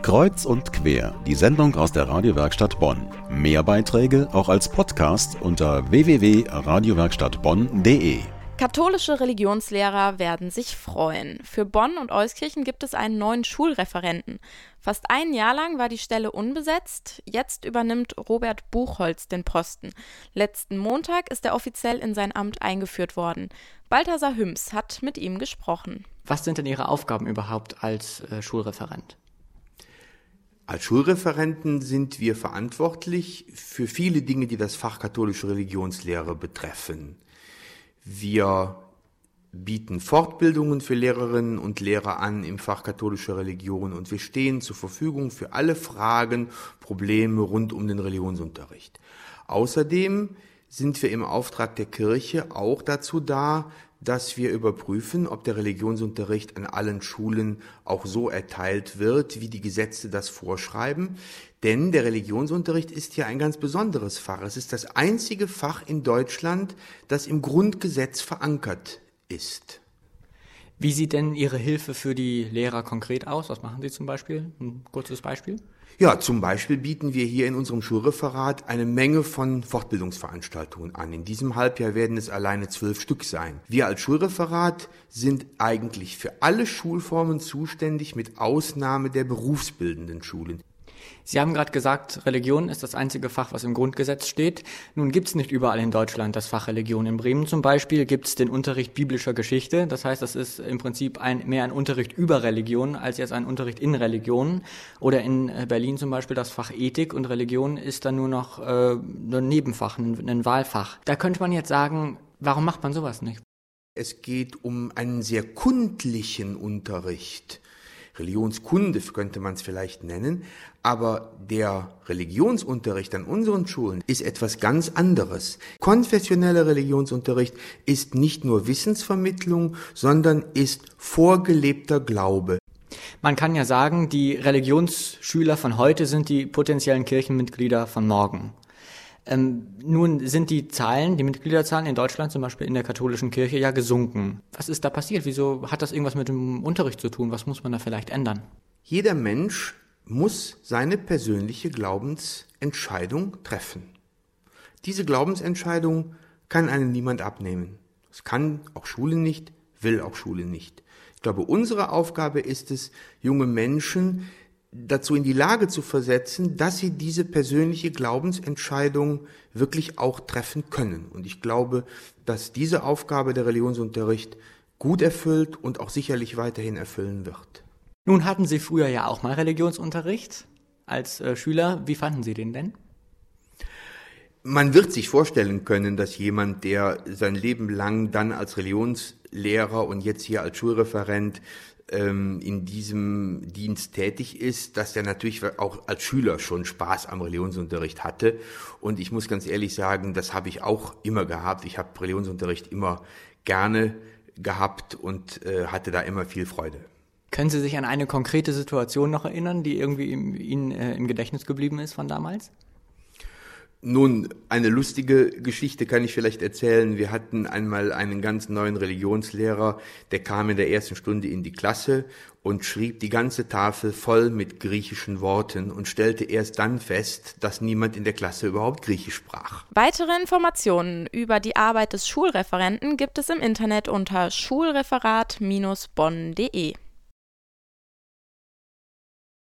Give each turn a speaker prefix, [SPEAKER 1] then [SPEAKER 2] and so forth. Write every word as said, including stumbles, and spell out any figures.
[SPEAKER 1] Kreuz und quer, die Sendung aus der Radiowerkstatt Bonn. Mehr Beiträge auch als Podcast unter w w w punkt radiowerkstatt bonn punkt d e.
[SPEAKER 2] Katholische Religionslehrer werden sich freuen. Für Bonn und Euskirchen gibt es einen neuen Schulreferenten. Fast ein Jahr lang war die Stelle unbesetzt. Jetzt übernimmt Robert Buchholz den Posten. Letzten Montag ist er offiziell in sein Amt eingeführt worden. Balthasar Hüms hat mit ihm gesprochen.
[SPEAKER 3] Was sind denn Ihre Aufgaben überhaupt als äh, Schulreferent?
[SPEAKER 4] Als Schulreferenten sind wir verantwortlich für viele Dinge, die das Fach katholische Religionslehre betreffen. Wir bieten Fortbildungen für Lehrerinnen und Lehrer an im Fach katholische Religion und wir stehen zur Verfügung für alle Fragen, Probleme rund um den Religionsunterricht. Außerdem sind wir im Auftrag der Kirche auch dazu da, dass wir überprüfen, ob der Religionsunterricht an allen Schulen auch so erteilt wird, wie die Gesetze das vorschreiben. Denn der Religionsunterricht ist ja ein ganz besonderes Fach. Es ist das einzige Fach in Deutschland, das im Grundgesetz verankert ist.
[SPEAKER 3] Wie sieht denn Ihre Hilfe für die Lehrer konkret aus? Was machen Sie zum Beispiel? Ein kurzes Beispiel?
[SPEAKER 4] Ja, zum Beispiel bieten wir hier in unserem Schulreferat eine Menge von Fortbildungsveranstaltungen an. In diesem Halbjahr werden es alleine zwölf Stück sein. Wir als Schulreferat sind eigentlich für alle Schulformen zuständig, mit Ausnahme der berufsbildenden Schulen.
[SPEAKER 3] Sie haben gerade gesagt, Religion ist das einzige Fach, was im Grundgesetz steht. Nun gibt es nicht überall in Deutschland das Fach Religion. In Bremen zum Beispiel gibt es den Unterricht biblischer Geschichte. Das heißt, das ist im Prinzip ein, mehr ein Unterricht über Religion als jetzt ein Unterricht in Religion. Oder in Berlin zum Beispiel das Fach Ethik und Religion ist dann nur noch äh, ein Nebenfach, ein, ein Wahlfach. Da könnte man jetzt sagen, warum macht man sowas nicht?
[SPEAKER 4] Es geht um einen sehr kundlichen Unterricht. Religionskunde könnte man es vielleicht nennen, aber der Religionsunterricht an unseren Schulen ist etwas ganz anderes. Konfessioneller Religionsunterricht ist nicht nur Wissensvermittlung, sondern ist vorgelebter Glaube.
[SPEAKER 3] Man kann ja sagen, die Religionsschüler von heute sind die potenziellen Kirchenmitglieder von morgen. Ähm, nun sind die Zahlen, die Mitgliederzahlen in Deutschland, zum Beispiel in der katholischen Kirche, ja gesunken. Was ist da passiert? Wieso hat das irgendwas mit dem Unterricht zu tun? Was muss man da vielleicht ändern?
[SPEAKER 4] Jeder Mensch muss seine persönliche Glaubensentscheidung treffen. Diese Glaubensentscheidung kann einem niemand abnehmen. Das kann auch Schule nicht, will auch Schule nicht. Ich glaube, unsere Aufgabe ist es, junge Menschen dazu in die Lage zu versetzen, dass sie diese persönliche Glaubensentscheidung wirklich auch treffen können. Und ich glaube, dass diese Aufgabe der Religionsunterricht gut erfüllt und auch sicherlich weiterhin erfüllen wird.
[SPEAKER 3] Nun hatten Sie früher ja auch mal Religionsunterricht als äh, Schüler. Wie fanden Sie den denn?
[SPEAKER 4] Man wird sich vorstellen können, dass jemand, der sein Leben lang dann als Religionslehrer und jetzt hier als Schulreferent in diesem Dienst tätig ist, dass der natürlich auch als Schüler schon Spaß am Religionsunterricht hatte. Und ich muss ganz ehrlich sagen, das habe ich auch immer gehabt. Ich habe Religionsunterricht immer gerne gehabt und äh, hatte da immer viel Freude.
[SPEAKER 3] Können Sie sich an eine konkrete Situation noch erinnern, die irgendwie im, Ihnen äh, im Gedächtnis geblieben ist von damals?
[SPEAKER 4] Nun, eine lustige Geschichte kann ich vielleicht erzählen. Wir hatten einmal einen ganz neuen Religionslehrer, der kam in der ersten Stunde in die Klasse und schrieb die ganze Tafel voll mit griechischen Worten und stellte erst dann fest, dass niemand in der Klasse überhaupt Griechisch sprach.
[SPEAKER 2] Weitere Informationen über die Arbeit des Schulreferenten gibt es im Internet unter schulreferat Bindestrich bonn punkt de.